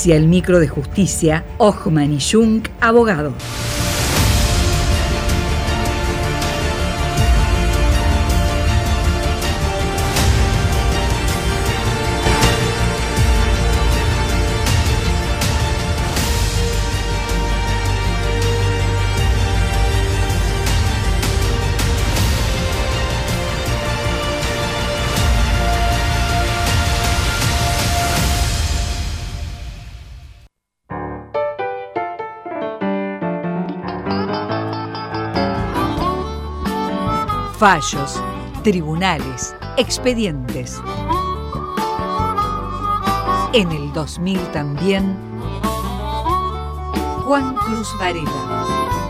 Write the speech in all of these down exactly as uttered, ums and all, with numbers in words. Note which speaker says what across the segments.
Speaker 1: Auspicia el micro de justicia Ochman y Jung, abogado. Fallos, tribunales, expedientes. En el dos mil también, Juan Cruz Varela.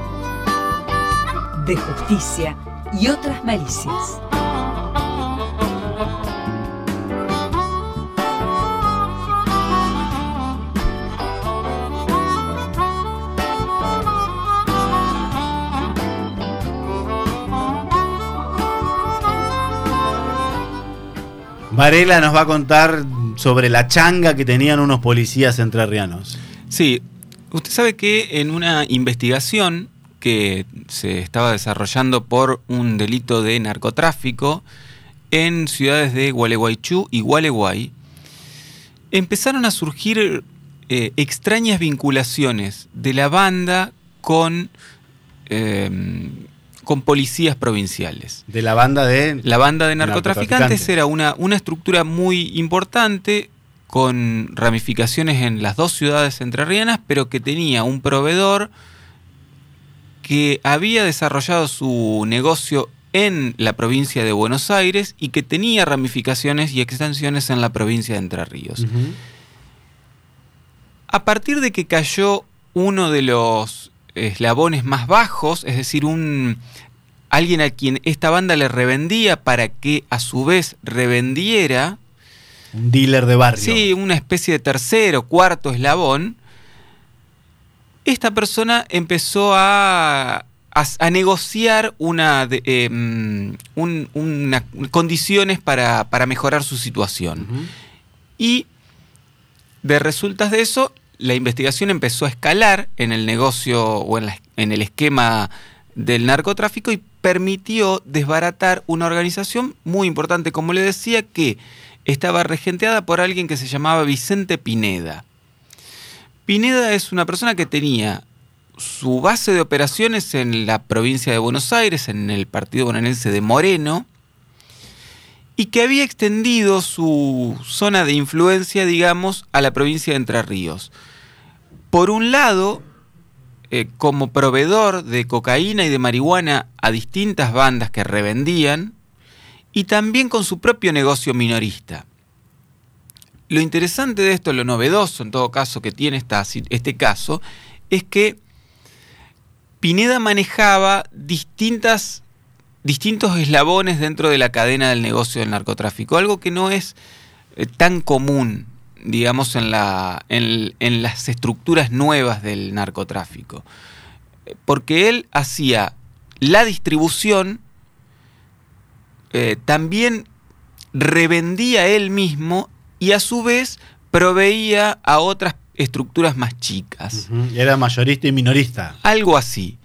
Speaker 1: De justicia y otras malicias.
Speaker 2: Varela nos va a contar sobre la changa que tenían unos policías entrerrianos.
Speaker 3: Sí, usted sabe que en una investigación que se estaba desarrollando por un delito de narcotráfico en ciudades de Gualeguaychú y Gualeguay, empezaron a surgir eh, extrañas vinculaciones de la banda con... Eh, con policías provinciales.
Speaker 2: De la banda de...
Speaker 3: La banda de narcotraficantes,
Speaker 2: narcotraficantes.
Speaker 3: era una, una estructura muy importante, con ramificaciones en las dos ciudades entrerrianas, pero que tenía un proveedor que había desarrollado su negocio en la provincia de Buenos Aires y que tenía ramificaciones y extensiones en la provincia de Entre Ríos. Uh-huh. A partir de que cayó uno de los eslabones más bajos, es decir, un alguien a quien esta banda le revendía para que a su vez revendiera,
Speaker 2: un dealer de barrio.
Speaker 3: Sí, una especie de tercero, cuarto eslabón. Esta persona empezó a, a, a negociar una, de, eh, un, una condiciones para, para mejorar su situación. Uh-huh. Y de resultas de eso, la investigación empezó a escalar en el negocio o en, la, en el esquema del narcotráfico y permitió desbaratar una organización muy importante, como le decía, que estaba regenteada por alguien que se llamaba Vicente Pineda. Pineda es una persona que tenía su base de operaciones en la provincia de Buenos Aires, en el partido bonaerense de Moreno, y que había extendido su zona de influencia, digamos, a la provincia de Entre Ríos. Por un lado, eh, como proveedor de cocaína y de marihuana a distintas bandas que revendían, y también con su propio negocio minorista. Lo interesante de esto, lo novedoso en todo caso que tiene esta, este caso, es que Pineda manejaba distintas... distintos eslabones dentro de la cadena del negocio del narcotráfico, algo que no es eh, tan común, digamos, en, la, en, en las estructuras nuevas del narcotráfico. Porque él hacía la distribución, eh, también revendía él mismo y a su vez proveía a otras estructuras más chicas.
Speaker 2: Uh-huh. Era mayorista y minorista.
Speaker 3: Algo así.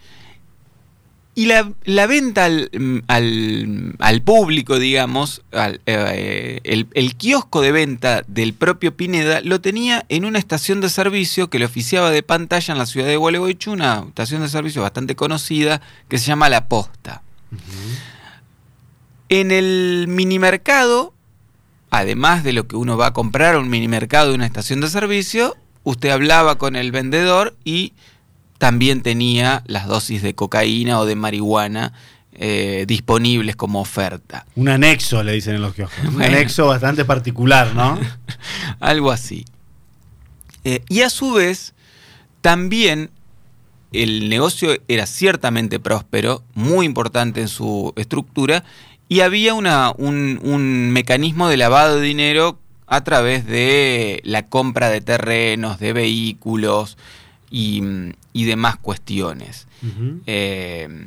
Speaker 3: Y la, la venta al, al, al público, digamos, al, eh, el, el kiosco de venta del propio Pineda lo tenía en una estación de servicio que le oficiaba de pantalla en la ciudad de Gualeguaychú, una estación de servicio bastante conocida que se llama La Posta. Uh-huh. En el minimercado, además de lo que uno va a comprar a un minimercado de una estación de servicio, usted hablaba con el vendedor y también tenía las dosis de cocaína o de marihuana eh, disponibles como oferta.
Speaker 2: Un anexo, le dicen en los kioscos. Un
Speaker 3: Bueno.
Speaker 2: anexo bastante particular, ¿no?
Speaker 3: Algo así. Eh, y a su vez, también el negocio era ciertamente próspero, muy importante en su estructura, y había una, un, un mecanismo de lavado de dinero a través de la compra de terrenos, de vehículos, Y, y demás cuestiones. Uh-huh. Eh,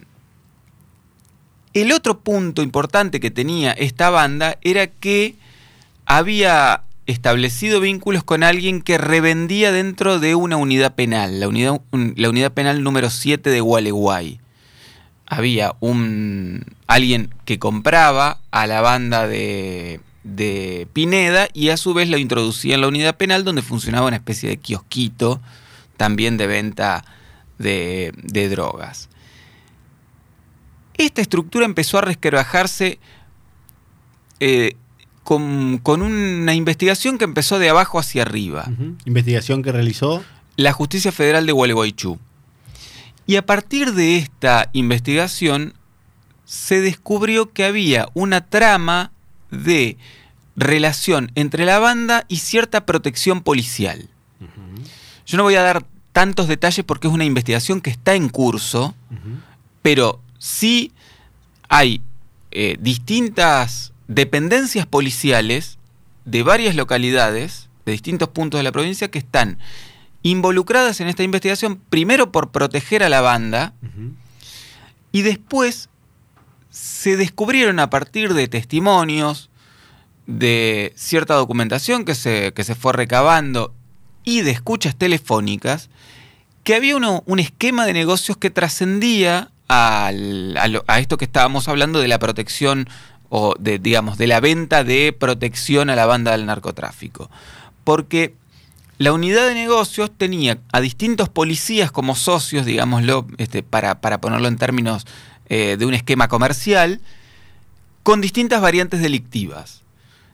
Speaker 3: el otro punto importante que tenía esta banda era que había establecido vínculos con alguien que revendía dentro de una unidad penal, la unidad, un, la unidad penal número siete de Gualeguay. Había un alguien que compraba a la banda de, de Pineda y a su vez lo introducía en la unidad penal, donde funcionaba una especie de kiosquito también de venta de, de drogas. Esta estructura empezó a resquebrajarse eh, con, con una investigación que empezó de abajo hacia arriba.
Speaker 2: Uh-huh. ¿Investigación que realizó?
Speaker 3: La Justicia Federal de Gualeguaychú. Y a partir de esta investigación se descubrió que había una trama de relación entre la banda y cierta protección policial. Uh-huh. Yo no voy a dar tantos detalles porque es una investigación que está en curso, uh-huh. pero sí hay eh, distintas dependencias policiales de varias localidades, de distintos puntos de la provincia, que están involucradas en esta investigación, primero por proteger a la banda, uh-huh. y después se descubrieron a partir de testimonios, de cierta documentación que se, que se fue recabando y de escuchas telefónicas, que había uno, un esquema de negocios que trascendía al, a, lo, a esto que estábamos hablando de la protección o de, digamos, de la venta de protección a la banda del narcotráfico. Porque la unidad de negocios tenía a distintos policías como socios, digámoslo, este, para, para ponerlo en términos eh, de un esquema comercial, con distintas variantes delictivas.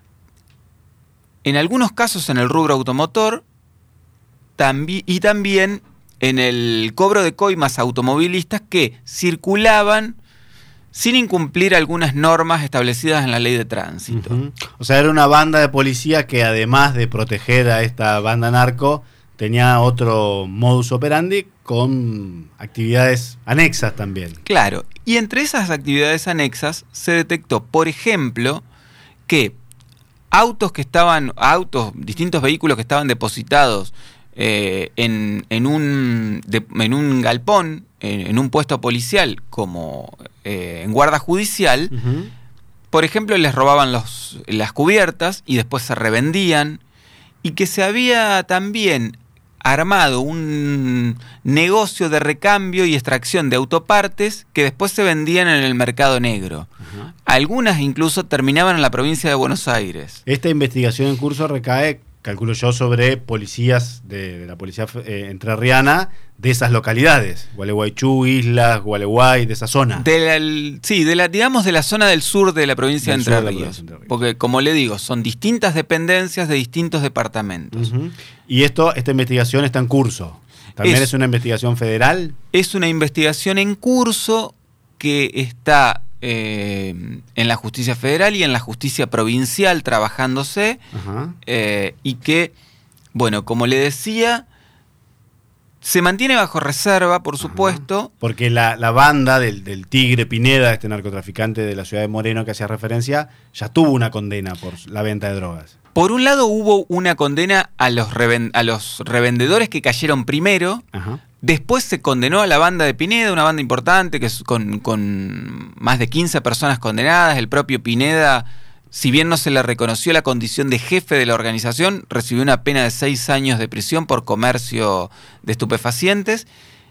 Speaker 3: En algunos casos en el rubro automotor tambi- y también en el cobro de coimas automovilistas que circulaban sin incumplir algunas normas establecidas en la ley de tránsito.
Speaker 2: Uh-huh. O sea, era una banda de policía que además de proteger a esta banda narco, tenía otro modus operandi con actividades anexas también.
Speaker 3: Claro, y entre esas actividades anexas se detectó, por ejemplo, que autos que estaban, autos, distintos vehículos que estaban depositados eh, en, en, un, de, en un galpón, en, en un puesto policial como eh, en guarda judicial, uh-huh. por ejemplo, les robaban los, las cubiertas y después se revendían, y que se había también armado un negocio de recambio y extracción de autopartes que después se vendían en el mercado negro. Uh-huh. Algunas incluso terminaban en la provincia de Buenos Aires.
Speaker 2: Esta investigación en curso recae, calculo yo, sobre policías de, de la policía eh, entrerriana de esas localidades, Gualeguaychú, Islas, Gualeguay, de esa zona.
Speaker 3: De la, sí, de la, digamos de la zona del sur de la provincia del de Entre Ríos. Entre Ríos. Porque, como le digo, son distintas dependencias de distintos departamentos.
Speaker 2: Uh-huh. Y esto, esta investigación está en curso. ¿También es, es una investigación federal?
Speaker 3: Es una investigación en curso que está eh, en la justicia federal y en la justicia provincial trabajándose. Uh-huh. eh, y que, bueno, como le decía, se mantiene bajo reserva, por supuesto.
Speaker 2: Ajá. Porque la, la banda del, del Tigre Pineda, este narcotraficante de la ciudad de Moreno que hacía referencia, ya tuvo una condena por la venta de drogas.
Speaker 3: Por un lado hubo una condena a los, reven- a los revendedores que cayeron primero. Ajá. Después se condenó a la banda de Pineda, una banda importante que es con, con más de quince personas condenadas. El propio Pineda, si bien no se le reconoció la condición de jefe de la organización, recibió una pena de seis años de prisión por comercio de estupefacientes.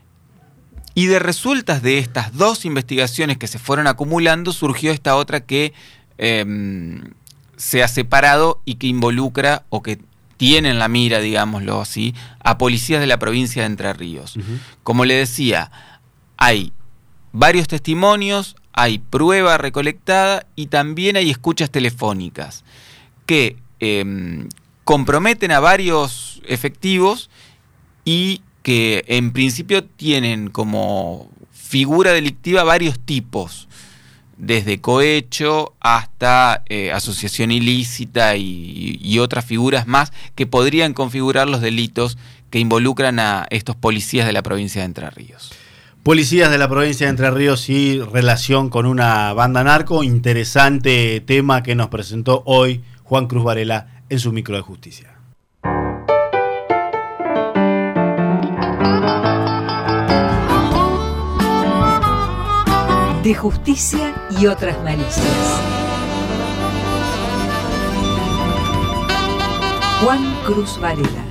Speaker 3: Y de resultas de estas dos investigaciones que se fueron acumulando, surgió esta otra que eh, se ha separado y que involucra, o que tiene en la mira, digámoslo así, a policías de la provincia de Entre Ríos. Uh-huh. Como le decía, hay varios testimonios, hay prueba recolectada y también hay escuchas telefónicas que eh, comprometen a varios efectivos y que en principio tienen como figura delictiva varios tipos, desde cohecho hasta eh, asociación ilícita y, y otras figuras más que podrían configurar los delitos que involucran a estos policías de la provincia de Entre Ríos.
Speaker 2: Policías de la provincia de Entre Ríos y relación con una banda narco. Interesante tema que nos presentó hoy Juan Cruz Varela en su micro de justicia.
Speaker 1: De justicia y otras malicias. Juan Cruz Varela.